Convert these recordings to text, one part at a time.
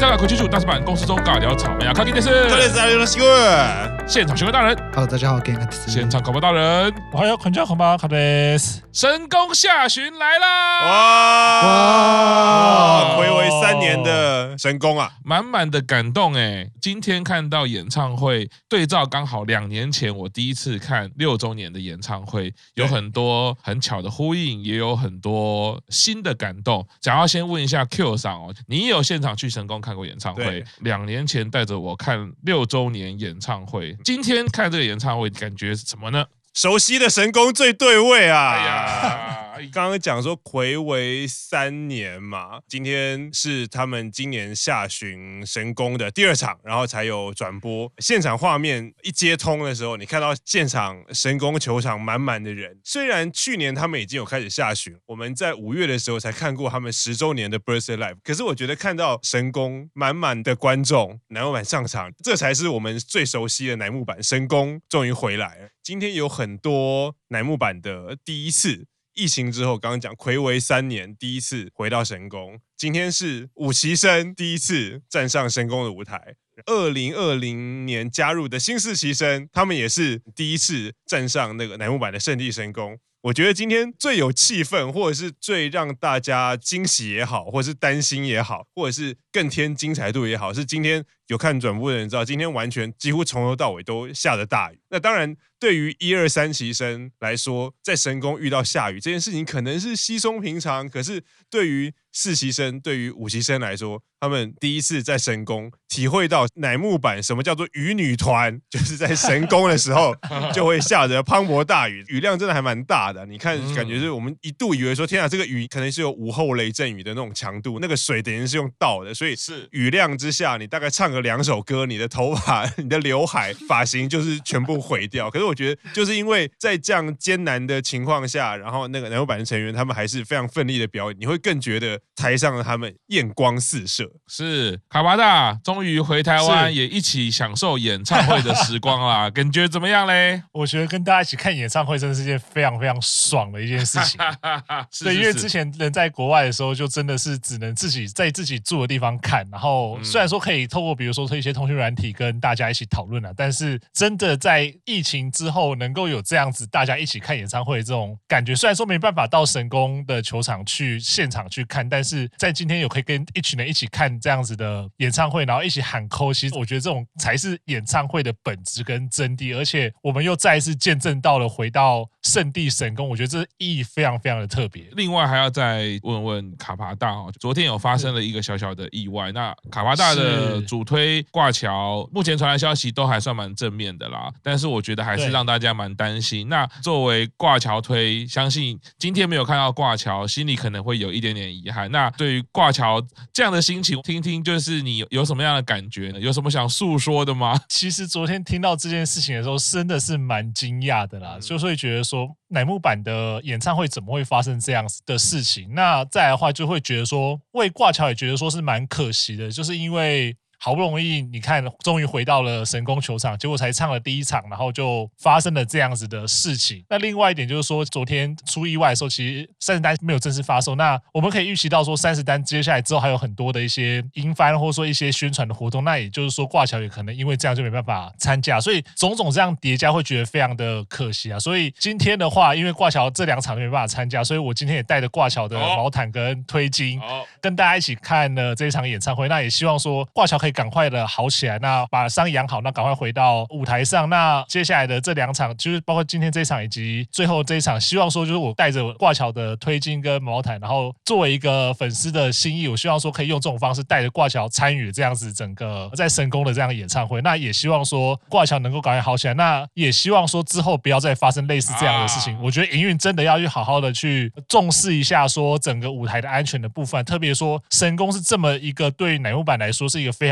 香港国际处大师版公司中尬聊草莓啊，卡基电视， 这里是阿刘新闻， 现场新闻大人 ，Hello， 大家好，Gang 现场广播大人， 我还有こんにちは、こんばんは、卡です。 神功下旬来啦！ 哇，睽违3年的神功啊， 满满的感动哎！今天看到演唱会，对照刚好2年前我第一次看6周年的演唱会，有很多很巧的呼应，也有很多新的感动。想要先问一下 Q 上哦，你有现场去神宫看过演唱会？2年前带着我看6周年演唱会，今天看这个演唱会感觉是什么呢？ 熟悉的神功最对味啊！ 哎呀， 刚刚讲说睽违3年嘛，今天是他们今年下旬神功的第2场，然后才有转播。现场画面一接通的时候，你看到现场神宫球场满满的人。虽然去年他们已经有开始下旬，我们在5月的时候才看过他们10周年的 Birthday Live， 可是我觉得看到神宫满满的观众，乃木坂上场，这才是我们最熟悉的乃木坂。神宫终于回来了。今天有很多乃木坂的第一次，疫情之后，刚刚讲睽违3年第一次回到神宫。今天是五期生第一次站上神宫的舞台。2020年加入的新4期生，他们也是第一次站上那个乃木坂的圣地神宫。我觉得今天最有气氛，或者是最让大家惊喜也好，或者是担心也好，或者是更添精彩度也好，是今天有看转播的人知道，今天完全几乎从头到尾都下着大雨。那当然，对于1、2、3期生来说，在神宫遇到下雨这件事情可能是稀松平常，可是对于4期生、对于5期生来说，他们第一次在神宫体会到乃木坂什么叫做雨女团，就是在神宫的时候就会下着磅礴大雨，雨量真的还蛮大的。你看，感觉是我们一度以为说，天啊，这个雨可能是有午后雷阵雨的那种强度，那个水等于是用倒的，所以是雨量之下，你大概唱个2首歌，你的头发、你的刘海、发型就是全部毁掉。可是我觉得，就是因为在这样艰难的情况下，然后那个乃木坂的成员他们还是非常奋力的表演，你会更觉得台上的他们艳光四射。 是卡巴大终于回台湾，也一起享受演唱会的时光啦，感觉怎么样嘞？ 我觉得跟大家一起看演唱会真的是一件非常非常爽的一件事情。对，因为之前人在国外的时候，就真的是只能自己在自己住的地方看，然后虽然说可以透过比如说一些通讯软体跟大家一起讨论啊，但是真的在疫情之后能够有这样子大家一起看演唱会这种感觉，虽然说没办法到神宫的球场去现场去看，但是在今天有可以跟一群人一起看这样子的演唱会，然后一起喊扣，其实我觉得这种才是演唱会的本质跟真谛，而且我们又再一次见证到了回到圣地神宫，我觉得这意义非常非常的特别。 另外还要再问问卡巴大哦，昨天有发生了一个小小的意外，那卡巴大的主推挂桥，目前传来消息都还算蛮正面的啦，但是我觉得还是让大家蛮担心。那作为挂桥推，相信今天没有看到挂桥，心里可能会有一点点遗憾。那对于挂桥这样的心情，听听就是你有什么样的感觉呢？有什么想诉说的吗？ 其实昨天听到这件事情的时候，真的是蛮惊讶的啦，就是会觉得说乃木坂的演唱会怎么会发生这样的事情？那再来的话，就会觉得说为挂桥也觉得说是蛮可惜的，就是因为好不容易你看终于回到了神宫球场，结果才唱了第1场，然后就发生了这样子的事情。那另外一点就是说，昨天出意外的时候，其实30单没有正式发售，那我们可以预期到说30单接下来之后还有很多的一些音翻或者说一些宣传的活动，那也就是说挂桥也可能因为这样就没办法参加，所以种种这样叠加会觉得非常的可惜啊。所以今天的话，因为挂桥这2场没办法参加，所以我今天也带着挂桥的毛毯跟推巾，跟大家一起看了这一场演唱会。那也希望说挂桥可以赶快的好起来，那把伤养好，那赶快回到舞台上。那接下来的这2场，就是包括今天这一场以及最后这一场，希望说就是我带着挂桥的推巾跟毛毯，然后作为一个粉丝的心意，我希望说可以用这种方式带着挂桥参与这样子整个在神宫的这样的演唱会。那也希望说挂桥能够赶快好起来，那也希望说之后不要再发生类似这样的事情。我觉得营运真的要去好好的去重视一下说整个舞台的安全的部分，特别说神宫是这么一个对乃木坂来说是一个非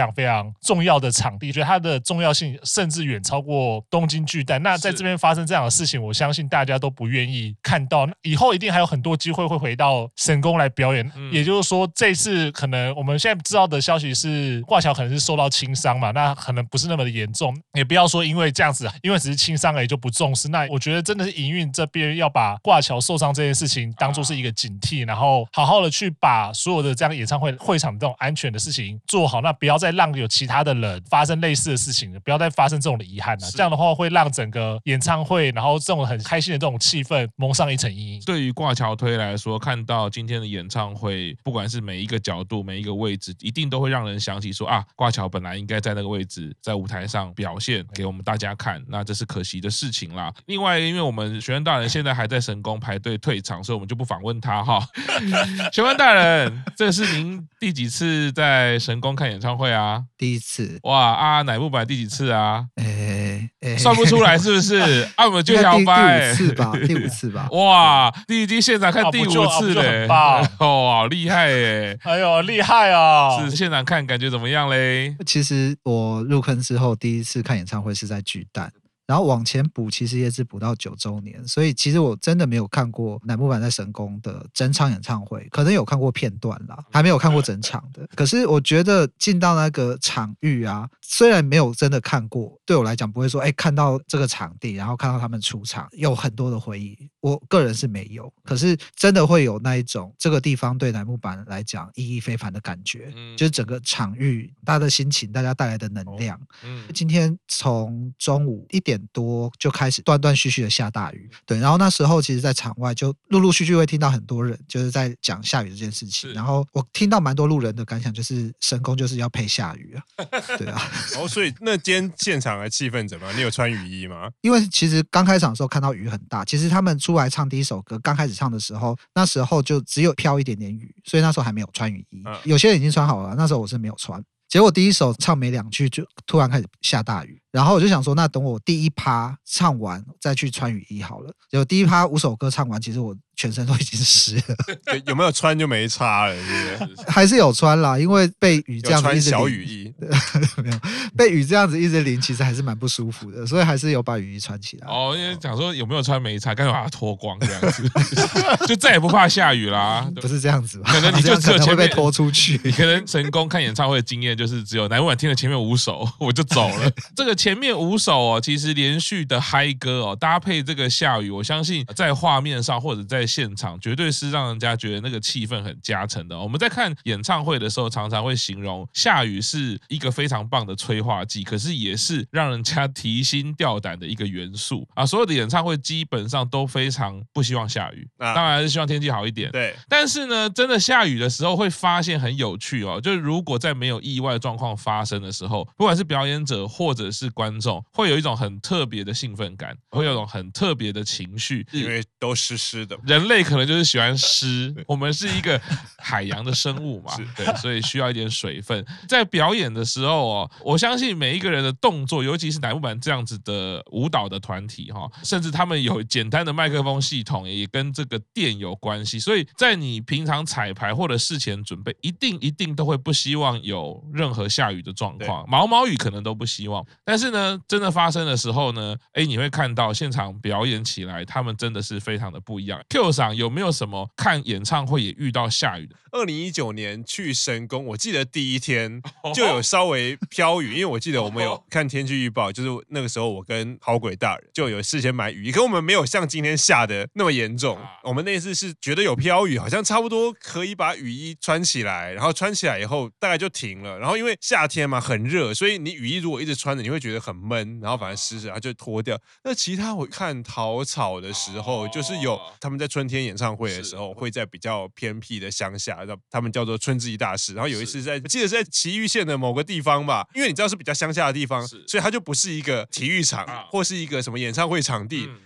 常非常重要的场地，觉得它的重要性甚至远超过东京巨蛋。那在这边发生这样的事情，我相信大家都不愿意看到。以后一定还有很多机会会回到神宫来表演。也就是说，这次可能我们现在知道的消息是挂桥可能是受到轻伤嘛，那可能不是那么的严重，也不要说因为这样子，因为只是轻伤而已就不重视。那我觉得真的是营运这边要把挂桥受伤这件事情当作是一个警惕，然后好好的去把所有的这样演唱会会场这种安全的事情做好，那不要再让有其他的人发生类似的事情了，不要再发生这种的遗憾了。这样的话会让整个演唱会，然后这种很开心的这种气氛蒙上一层阴影。 对于挂桥推来说，看到今天的演唱会，不管是每一个角度、每一个位置，一定都会让人想起说啊，挂桥本来应该在那个位置，在舞台上表现给我们大家看，那这是可惜的事情啦。另外，因为我们玄关大人现在还在神宫排队退场，所以我们就不访问他哈。玄关大人，这是您第几次在神宫看演唱会啊？ 第一次。 哇啊，乃木坂第几次啊？算不出来是不是？啊，我们就摇摆第5次吧，第5次吧。 哇，第一季现场看第5次嘞，哦，好厉害耶！ 哎呦，厉害啊！ 是现场看感觉怎么样嘞？ 其实我入坑之后第一次看演唱会是在巨蛋。然后往前补，其实也只补到9周年，所以其实我真的没有看过乃木坂在神宫的整场演唱会，可能有看过片段啦，还没有看过整场的。可是我觉得进到那个场域啊，虽然没有真的看过，对我来讲不会说，看到这个场地，然后看到他们出场，有很多的回忆。我个人是没有，可是真的会有那一种这个地方对乃木坂来讲意义非凡的感觉，就是整个场域大家的心情，大家带来的能量。今天从中午1点多就开始断断续续的下大雨，对，然后那时候其实在场外就陆陆续续会听到很多人就是在讲下雨这件事情，然后我听到蛮多路人的感想就是神宫就是要配下雨啊，对啊。 然后所以那今天现场的气氛怎么样？你有穿雨衣吗？ 因为其实刚开场的时候看到雨很大，其实他们出来唱第一首歌刚开始唱的时候，那时候就只有飘一点点雨，所以那时候还没有穿雨衣，有些人已经穿好了，那时候我是没有穿。结果第一首唱没2句就突然开始下大雨，然后我就想说那等我第一趴唱完再去穿雨衣好了。结果第一趴5首歌唱完，其实我全身都已经湿了。 有没有穿就没差了，是不是？ 还是有穿啦，因为被雨这样子一直淋， 有穿小雨衣没有被雨这样子一直淋，其实还是蛮不舒服的，所以还是有把雨衣穿起来。 哦，因为讲说有没有穿没差，干脆把它脱光这样子，就再也不怕下雨啦。 不是这样子吧？ 可能你就只有前面会被拖出去。 你可能神宫看演唱会的经验就是只有乃木坂听了前面5首我就走了。这个前面5首哦，其实连续的嗨歌哦，搭配这个下雨，我相信在画面上或者在现场，绝对是让人家觉得那个气氛很加成的。我们在看演唱会的时候，常常会形容下雨是一个非常棒的催化剂，可是也是让人家提心吊胆的一个元素啊。所有的演唱会基本上都非常不希望下雨，当然是希望天气好一点。 对， 但是呢，真的下雨的时候会发现很有趣哦，就是如果在没有意外状况发生的时候，不管是表演者或者是观众，会有一种很特别的兴奋感，会有一种很特别的情绪， 因为都湿湿的。 人类可能就是喜欢湿，我们是一个海洋的生物嘛，对，所以需要一点水分。在表演的时候哦，我相信每一个人的动作，尤其是乃木坂这样子的舞蹈的团体哈，甚至他们有简单的麦克风系统，也跟这个电有关系，所以在你平常彩排或者事前准备，一定都会不希望有任何下雨的状况，毛毛雨可能都不希望。但是呢，真的发生的时候呢，你会看到现场表演起来，他们真的是非常的不一样。Q 赏有没有什么看演唱会也遇到下雨的 ？2019年去神宫，我记得第一天就有稍微飘雨，因为我记得我们有看天气预报，就是那个时候我跟好鬼大人就有事先买雨衣，可我们没有像今天下的那么严重。我们那次是觉得有飘雨，好像差不多可以把雨衣穿起来，然后穿起来以后大概就停了。然后因为夏天嘛很热，所以你雨衣如果一直穿着，你会觉得很闷，然后反而湿着，然后就脱掉。那其他我看桃草的时候，就是有他们在春天演唱会的时候，会在比较偏僻的乡下，他们叫做春之一大师。然后有一次我记得是在埼玉县的某个地方吧，因为你知道是比较乡下的地方，所以它就不是一个体育场或是一个什么演唱会场地。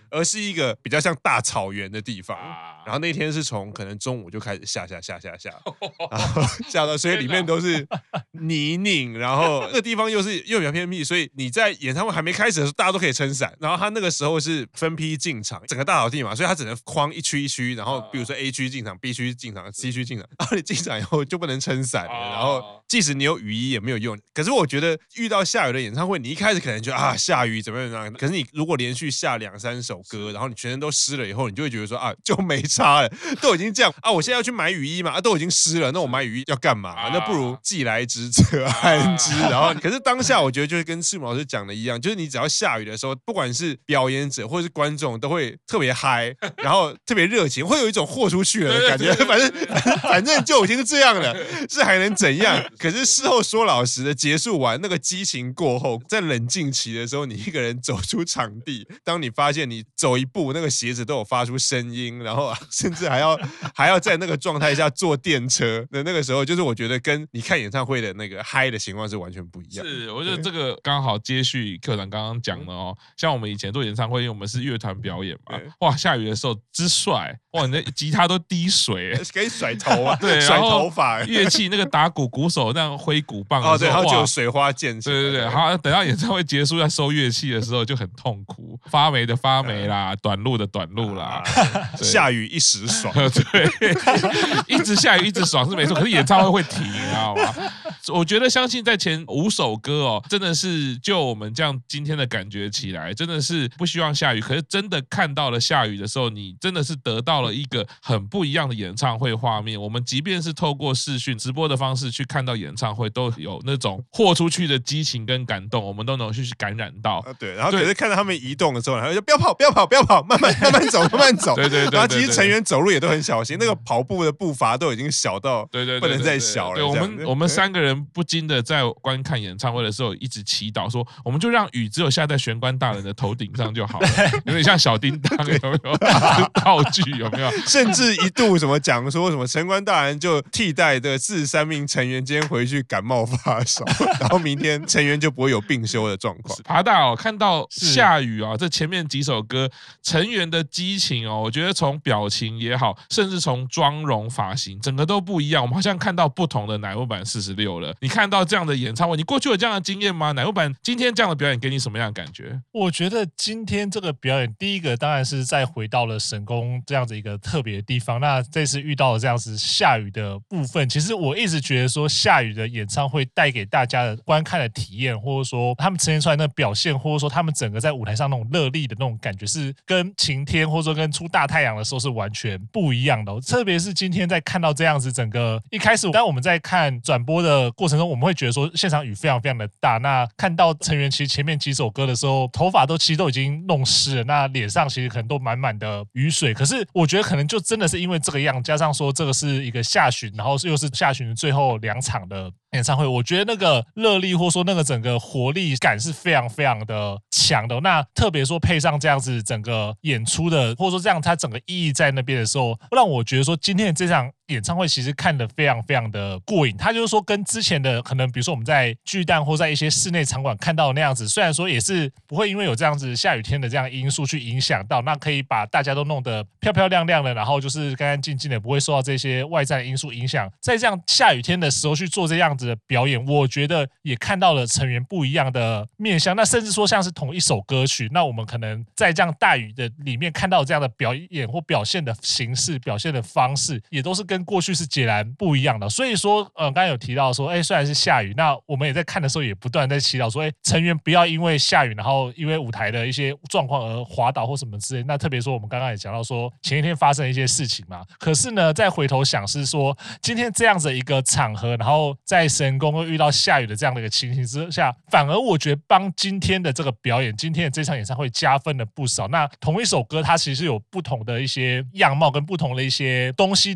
而是一个比较像大草原的地方。 啊然后那天是从可能中午就开始下，然后下到所以里面都是泥泞，然后那个地方又比较偏僻，所以你在演唱会还没开始的时候，大家都可以撑伞。然后他那个时候是分批进场，整个大草地嘛，所以他只能框一区一区，然后比如说 A 区进场、B 区进场、C 区进场，然后你进场以后就不能撑伞了，然后即使你有雨衣也没有用。可是我觉得遇到下雨的演唱会，你一开始可能觉得下雨怎么样，可是你如果连续下2-3首歌，然后你全身都湿了以后，你就会觉得说就没差了，都已经这样我现在要去买雨衣嘛，都已经湿了，那我买雨衣要干嘛？那不如既来之则安之。然后可是当下我觉得就是跟赤木老师讲的一样，就是你只要下雨的时候，不管是表演者或是观众都会特别嗨，然后特别热情，会有一种豁出去了的感觉。反正就已经这样了，是还能怎样？可是事后说老实的，结束完那个激情过后，在冷静期的时候，你一个人走出场地，当你发现你走一步，那个鞋子都有发出声音，然后甚至还要在那个状态下坐电车的那个时候，就是我觉得跟你看演唱会的那个嗨的情况是完全不一样。 是，我觉得这个刚好接续课长刚刚讲的像我们以前做演唱会，因为我们是乐团表演嘛，哇，下雨的时候之帅，哇，你的吉他都滴水， 可以甩头啊， 对， 甩头发， 乐器那个打鼓手那样挥鼓棒的时候， 对，然后就有水花溅起来， 对，好，等到演唱会结束要收乐器的时候就很痛苦，发霉的发霉啦，短路的短路啦， 下雨一时爽， 对，一直下雨一直爽是没错，可是演唱会会停，你知道吗？我觉得相信在前5首歌真的是就我们这样今天的感觉起来，真的是不希望下雨，可是真的看到了下雨的时候，你真的是得到了一个很不一样的演唱会画面。我们即便是透过视讯直播的方式去看到演唱会，都有那种豁出去的激情跟感动，我们都能去感染到。 对，然后可是看到他们移动的时候，然后就不要跑，慢慢走，慢慢走。 对。 然后其实成员走路也都很小心，那个跑步的步伐都已经小到不能再小了。 对，我们3个人不禁的在观看演唱会的时候，一直祈祷说，我们就让雨只有下在玄关大人的头顶上就好了，有点像小叮当，有没有道具？有没有？ 甚至一度什么讲说什么玄关大人就替代的43名成员今天回去感冒发烧，然后明天成员就不会有病休的状况。 爬大看到下雨这前面几首歌成员的激情我觉得从表情也好，甚至从妆容发型，整个都不一样。我们好像看到不同的乃木坂46了。你看到这样的演唱会，你过去有这样的经验吗？乃木坂今天这样的表演给你什么样的感觉？ 我觉得今天这个表演，第一个当然是再回到了神宫这样子一个特别的地方。那这次遇到了这样子下雨的部分，其实我一直觉得说下雨的演唱会带给大家的观看的体验，或者说他们呈现出来的表现，或者说他们整个在舞台上那种热力的那种感觉，是跟晴天或者说跟出大太阳的时候是完全不一样的特别是今天在看到这样子整个一开始，当我们在看转播的过程中，我们会觉得说现场雨非常非常的大。那看到成员其实前面几首歌的时候，头发其实都已经弄湿了，那脸上其实可能都满满的雨水。可是我觉得可能就真的是因为这个样，加上说这个是一个下旬，然后又是下旬的最后2场的演唱会，我觉得那个热力或者说那个整个活力感是非常非常的强的。那特别说配上这样子整个演出的，或者说这样它整个意义在那边的时候，让我觉得说今天的这场演唱会其实看得非常非常的过瘾。它就是说跟之前的可能比如说我们在巨蛋或在一些室内场馆看到的那样子，虽然说也是不会因为有这样子下雨天的这样的因素去影响到，那可以把大家都弄得漂漂亮亮的，然后就是干干净净的，不会受到这些外在的因素影响。在这样下雨天的时候去做这样子的表演，我觉得也看到了成员不一样的面向。那甚至说像是同一首歌曲，那我们可能在这样大雨的里面看到这样的表演或表现的形式、表现的方式，也都是跟过去是截然不一样的。所以说，刚才有提到说，虽然是下雨，那我们也在看的时候也不断在祈祷说，成员不要因为下雨，然后因为舞台的一些状况而滑倒或什么之类。那特别说，我们刚刚也讲到说，前一天发生了一些事情嘛。可是呢，再回头想是说，今天这样子一个场合，然后在神宫遇到下雨的这样的一个情形之下，反而我觉得帮今天的这个表演，今天的这场演唱会加分了不少。那同一首歌，它其实有不同的一些样貌跟不同的一些东西留下来。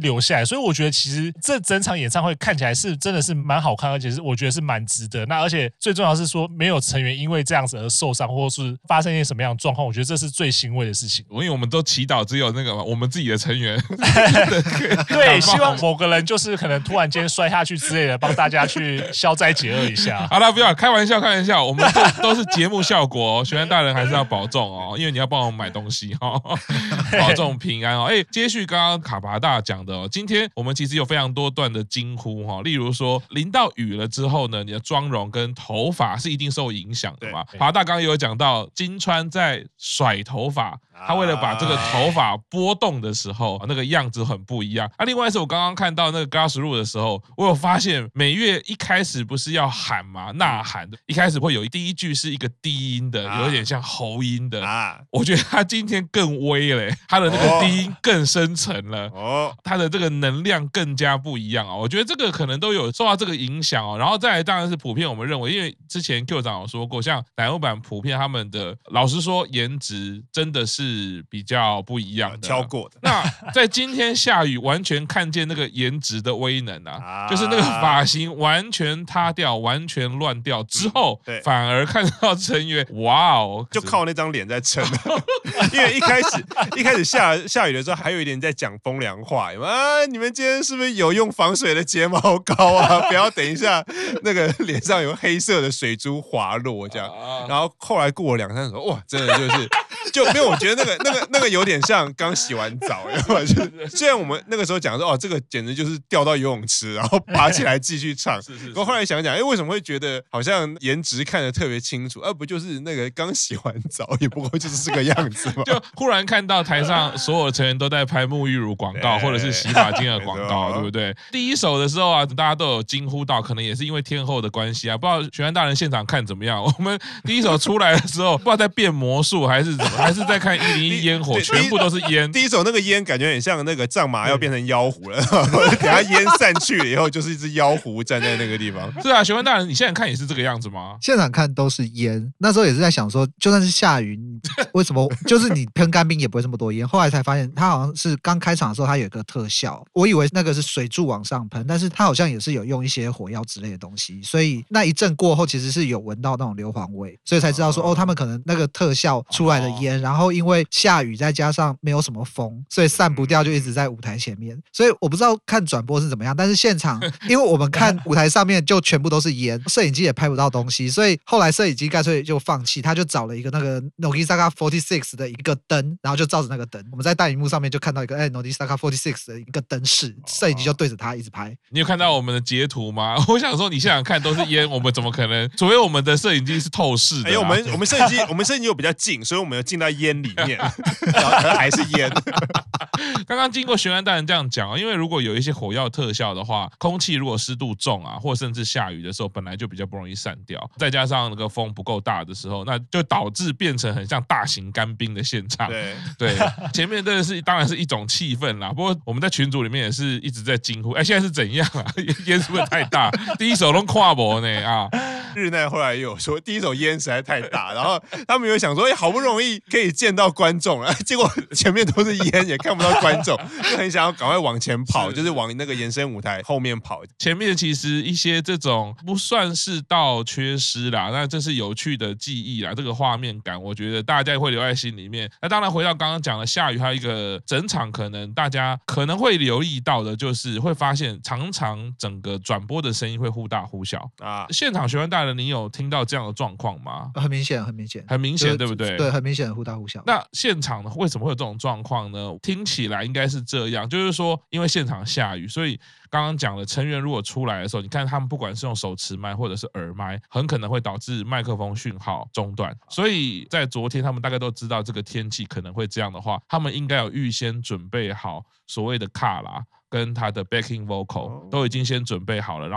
所以我觉得其实这整场演唱会看起来是真的是蛮好看，而且是我觉得是蛮值得。那而且最重要是说没有成员因为这样子而受伤，或是发生一些什么样的状况，我觉得这是最欣慰的事情。 因为我们都祈祷只有那个我们自己的成员对，希望某个人就是可能突然间摔下去之类的，帮大家去消灾解厄一下。 好了，不要开玩笑，我们这都是节目效果哦。学员大人还是要保重哦，因为你要帮我们买东西哦，保重平安哦。接续刚刚卡巴大讲的哦，今天我们其实有非常多段的惊呼哈，例如说淋到雨了之后呢，你的妆容跟头发是一定受影响的嘛。卡巴大刚刚有讲到金川在甩头发，他为了把这个头发拨动的时候，那个样子很不一样。另外是我刚刚看到那个 Glassroot 的时候，我有发现美月一开始不是要喊嘛，呐喊的，一开始会有第一句是一个低音的，有点像喉音的。我觉得他今天更威了，他的那个低音更深沉了，他的这个能量更加不一样啊。我觉得这个可能都有受到这个影响哦。然后再来当然是普遍我们认为，因为之前 Q 长有说过，像乃木坂普遍他们的老实说颜值真的是比较不一样的， 挑过的。 那在今天下雨，完全看见那个颜值的威能啊，就是那个发型完全塌掉，完全乱掉之后，反而看到成员，哇哦， 就靠那张脸在撑。因为一开始下雨的时候，还有一点在讲风凉话，你们今天是不是有用防水的睫毛膏啊？不要等一下那个脸上有黑色的水珠滑落这样。然后后来过了2-3天说，哇，真的就没有，我觉得那个有点像刚洗完澡，就是虽然我们那个时候讲说，这个简直就是掉到游泳池，然后爬起来继续唱。不过后来想想，为什么会觉得好像颜值看得特别清楚，不就是那个刚洗完澡，也不过就是这个样子嘛。 就忽然看到台上所有成员都在拍沐浴乳广告，或者是洗发精的广告，对不对？第一首的时候啊，大家都有惊呼到，可能也是因为天后的关系啊，不知道学员大人现场看怎么样？我们第一首出来的时候，不知道在变魔术还是怎么，还是在看101烟火，全部都是烟。 第一首那个烟感觉很像那个藏马要变成妖狐了，等下烟散去了以后，就是一只妖狐站在那个地方。 是啊，学员大人，你现在看也是这个样子吗？ 现场看都是烟，那时候也是在想说，就算是下雨，为什么就是你喷干冰也不会这么多烟？后来才发现，他好像是刚开场的时候，他有一个特效，我以为那个是水柱往上喷，但是他好像也是有用一些火药之类的东西，所以那一阵过后，其实是有闻到那种硫磺味，所以才知道说，他们可能那个特效出来的烟，然后因为下雨再加上没有什么风，所以散不掉，就一直在舞台前面。所以我不知道看转播是怎么样，但是现场，因为我们看舞台上面就全部都是烟，摄影机也拍不到东西，所以后来摄影机干脆就放弃，他就找了一个那个 Nogizaka 46的一个灯，然后就照着那个灯，我们在大荧幕上面就看到一个Nogizaka 46的一个灯饰，摄影机就对着它一直拍。 你有看到我们的截图吗？我想说，你现场看都是烟，我们怎么可能？除非我们的摄影机是透视的。 我们摄影机又比较近，所以我们有进到烟里面，然后还是烟。 刚刚经过玄安大人这样讲，因为如果有一些火药特效的话，空气如果湿度重啊，或甚至下雨的时候，本来就比较不容易散掉，再加上那个风不够大的时候，那就导致变成很像大型干冰的现场。对，前面真的是当然是一种气氛啦。不过我们在群组里面也是一直在惊呼，现在是怎样啊？烟是不是太大？第一首都跨博呢啊！ 日奈后来也有说，第一首烟实在太大，然后他们有想说，好不容易可以见到观众了，结果前面都是烟，也看不到观众，就很想要赶快往前跑，就是往那个延伸舞台后面跑。 前面其实一些这种不算是到缺失啦，那这是有趣的记忆啦，这个画面感，我觉得大家会留在心里面。那当然回到刚刚讲的下雨，还有一个整场可能大家可能会留意到的，就是会发现常常整个转播的声音会忽大忽小啊。现场学员大人，你有听到这样的状况吗？ 很明显， 对不对？ 对，很明显的忽大忽小。 那现场为什么会有这种状况呢？听起来应该是这样，就是说，因为现场下雨，所以刚刚讲了，成员如果出来的时候，你看他们不管是用手持麦或者是耳麦，很可能会导致麦克风讯号中断。所以在昨天，他们大概都知道这个天气可能会这样的话，他们应该有预先准备好所谓的卡啦。跟他的 backing vocal 都已经先准备好了，然后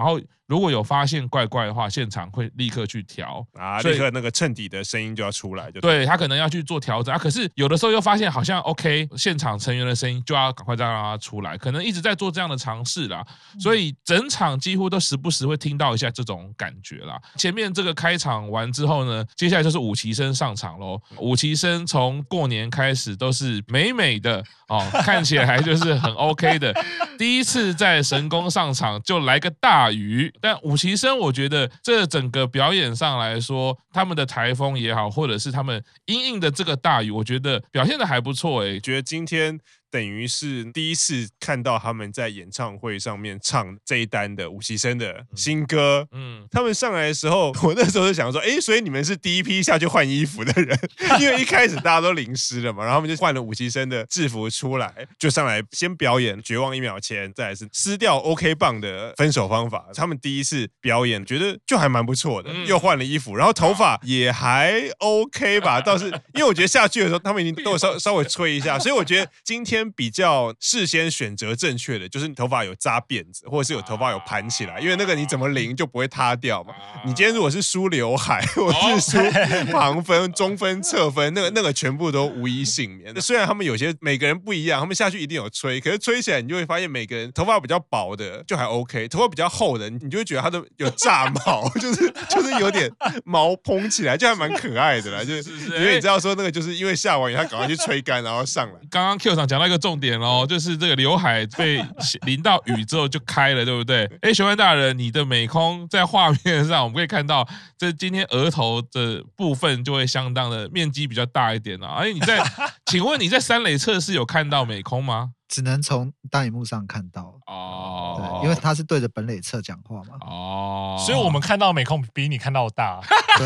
如果有发现怪怪的话，现场会立刻去调啊，立刻那个衬底的声音就要出来， 对他可能要去做调整啊。可是有的时候又发现好像 OK， 现场成员的声音就要赶快再让它出来，可能一直在做这样的尝试啦。所以整场几乎都时不时会听到一下这种感觉啦。前面这个开场完之后呢，接下来就是武崎生上场咯。武崎生从过年开始都是美美的哦，看起来就是很 OK 的。第一次在神宫上场就来个大雨，但武崎生我觉得这整个表演上来说，他们的台风也好，或者是他们因应的这个大雨，我觉得表现的还不错诶。 觉得今天等于是第一次看到他们在演唱会上面唱这一单的武崎生的新歌。他们上来的时候，我那时候就想说，所以你们是第一批下去换衣服的人，因为一开始大家都淋湿了嘛，然后他们就换了武崎生的制服出来，就上来先表演《绝望1秒前》，再来是撕掉 OK 棒的分手方法。他们第一次表演，觉得就还蛮不错的，又换了衣服，然后头发也还 OK 吧，倒是因为我觉得下去的时候，他们已经都有稍微吹一下，所以我觉得今天比较事先选择正确的，就是头发有扎辫子，或者是有头发有盘起来，因为那个你怎么淋就不会塌掉嘛。你今天如果是梳刘海，或者是梳旁分、中分、侧分，那个全部都无一幸免。虽然他们有些每个人不一样，他们下去一定有吹，可是吹起来你就会发现每个人头发比较薄的就还 OK， 头发比较厚的你就会觉得他的有炸毛，就是有点毛蓬起来，就还蛮可爱的啦。就是因为你知道说那个就是因为下完雨他赶快去吹干，然后上来。 刚刚 Q 厂讲到一个重点哦，就是这个刘海被淋到雨之后就开了，对不对？玄关大人，你的美空在画面上我们可以看到，这今天额头的部分就会相当的面积比较大一点啊。请问你在三垒侧是有看到美空吗？ 只能从大荧幕上看到哦，对，因为他是对着本垒侧讲话嘛， 哦，所以我们看到美空比你看到大，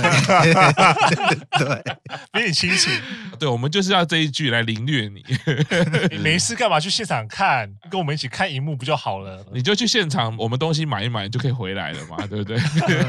对， 比你清楚， 对，我们就是要这一句来凌虐你。 你没事干嘛去现场看？跟我们一起看荧幕不就好了？ 你就去现场，我们东西买一买就可以回来了嘛，对不对？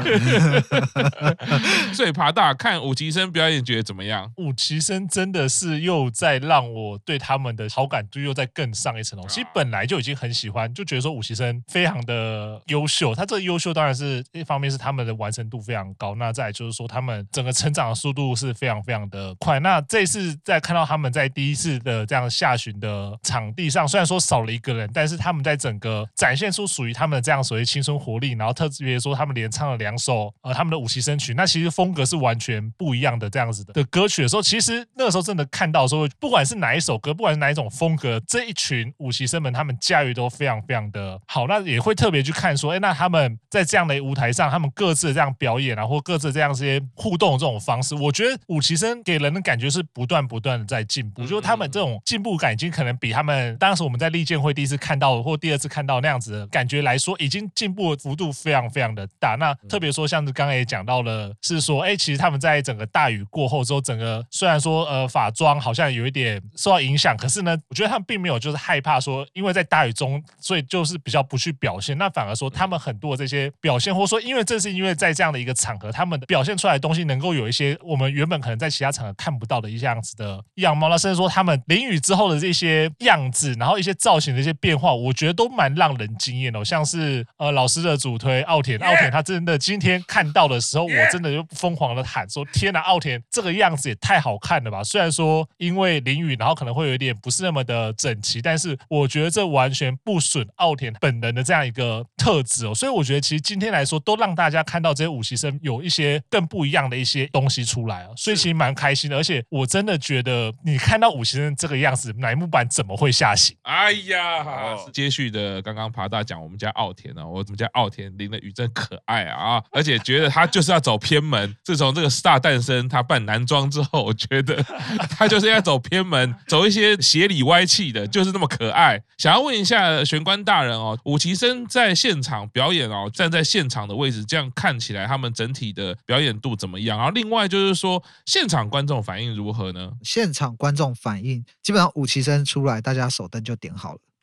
所以爬大看武崎生表演觉得怎么样？ 武崎生真的是又在让我对他们的好感度又在更上一层楼。其实本来就已经很喜欢，就觉得说武崎生非常的优秀。他这个优秀当然是一方面是他们的完成度非常高，那再来就是说他们整个成长的速度是非常非常的快。那这一次在看到他们在第一次的这样下旬的场地上，虽然说少了一个人，但是他们在整个展现出属于他们的这样所谓青春活力，然后特别说他们连唱了2首他们的武崎生曲，那其实风格是完全不一样的这样子的歌曲的时候，其实那个时候真的看到的时候，不管是哪一首歌，不管是哪一种风格，这一群武崎生们他们驾驭都非常非常的好。那也会特别去看说，那他们在这样的舞台上，他们各自的这样表演啊，或各自这样些互动的这种方式，我觉得武崎生给人的感觉是不断的在进步，就是他们这种进步感已经可能比他们当时我们在立剑会第一次看到或第二次看到那样子的感觉来说，已经进步的幅度非常非常的大。那特别说像是刚才也讲到了，是说其实他们在整个大雨过后之后，整个虽然说法妆好像有一点受到影响，可是呢，我觉得他们并没有就是害怕说因为在大雨中，所以就是比较不去表现，那反而说他们很多的这些表现，或者说因为这是因为在这样的一个场合，他们的表现出来的东西能够有一些我们原本可能在其他场合看不到的一些样子的样貌，那甚至说他们淋雨之后的这些样子，然后一些造型的一些变化，我觉得都蛮让人惊艳的。像是老师的主推奥田他真的今天看到的时候，我真的就疯狂的喊说天哪，奥田这个样子也太好看了吧。虽然说因为淋雨然后可能会有一点不是那么的整齐，但是我觉得这完全不损奥田本人的这样一个特质哦。所以我觉得其实今天来说都让大家看到这些武崎生有一些更不一样的一些东西出来哦，所以其实蛮开心的。而且我真的觉得你看到武崎生这个样子，乃木坂怎么会下行？ 哎呀，接续的刚刚爬大讲我们家奥田啊，我们家奥田淋的雨真可爱啊，而且觉得他就是要走偏门。自从这个 Star 诞生，他扮男装之后，我觉得他就是要走偏门，走一些邪里歪气的，就是那么可爱。想要问一下玄关大人哦，武崎生在现场表演哦，站在现场的位置，这样看起来他们整体的表演度怎么样？然后另外就是说，现场观众反应如何呢？ 现场观众反应基本上武崎生出来，大家手灯就点好了。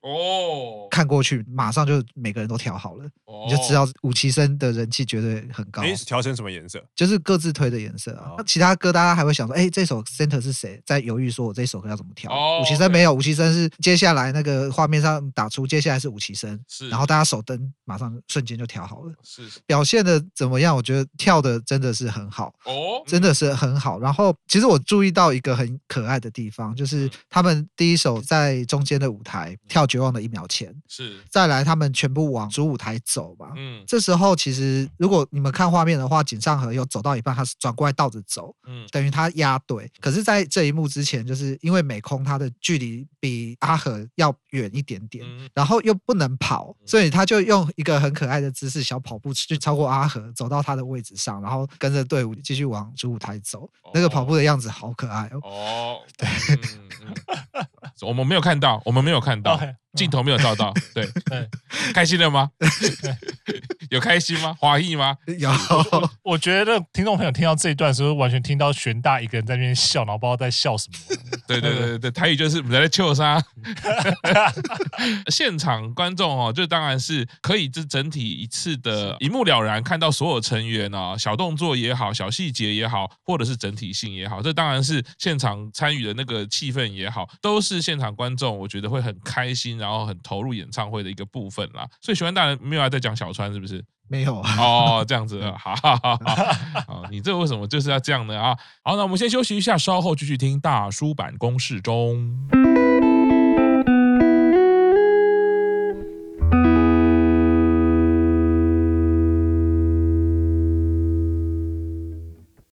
哦， 看过去马上就每个人都调好了，你就知道武崎生的人气绝对很高。 调成什么颜色？ 就是各自推的颜色啊。那其他歌大家还会想说，这首 center 是谁？在犹豫说我这首歌要怎么调。武崎生没有，武崎生是接下来那个画面上打出接下来是武崎生，然后大家手灯马上瞬间就调好了。是表现的怎么样？我觉得跳的真的是很好，真的是很好。然后其实我注意到一个很可爱的地方，就是他们第一首在中间的舞台跳绝望的1秒前， 是再来他们全部往主舞台走嘛。这时候其实如果你们看画面的话，井上和有走到一半，他是转过来倒着走，等于他压对。可是在这一幕之前，就是因为美空他的距离比阿和要远一点点，然后又不能跑，所以他就用一个很可爱的姿势小跑步去超过阿和，走到他的位置上，然后跟着队伍继续往主舞台走。那个跑步的样子好可爱哦。对， 我们没有看到，镜头没有照到。对，开心了吗？有开心吗？华裔吗？ 有。 我觉得听众朋友听到这一段的时候，完全听到玄大一个人在那边笑，然后不知道在笑什么。 对，台语就是我们在笑啥。现场观众就当然是可以这整体一次的一目了然看到所有成员小动作也好，小细节也好，或者是整体性也好，这当然是现场参与的那个气氛也好，都是现场观众我觉得会很开心，然后很投入演唱会的一个部分啦。所以喜欢大人没有在讲小川是不是？ 没有这样子好，你这为什么就是要这样呢啊？好，那我们先休息一下，稍后继续听大叔版公式中。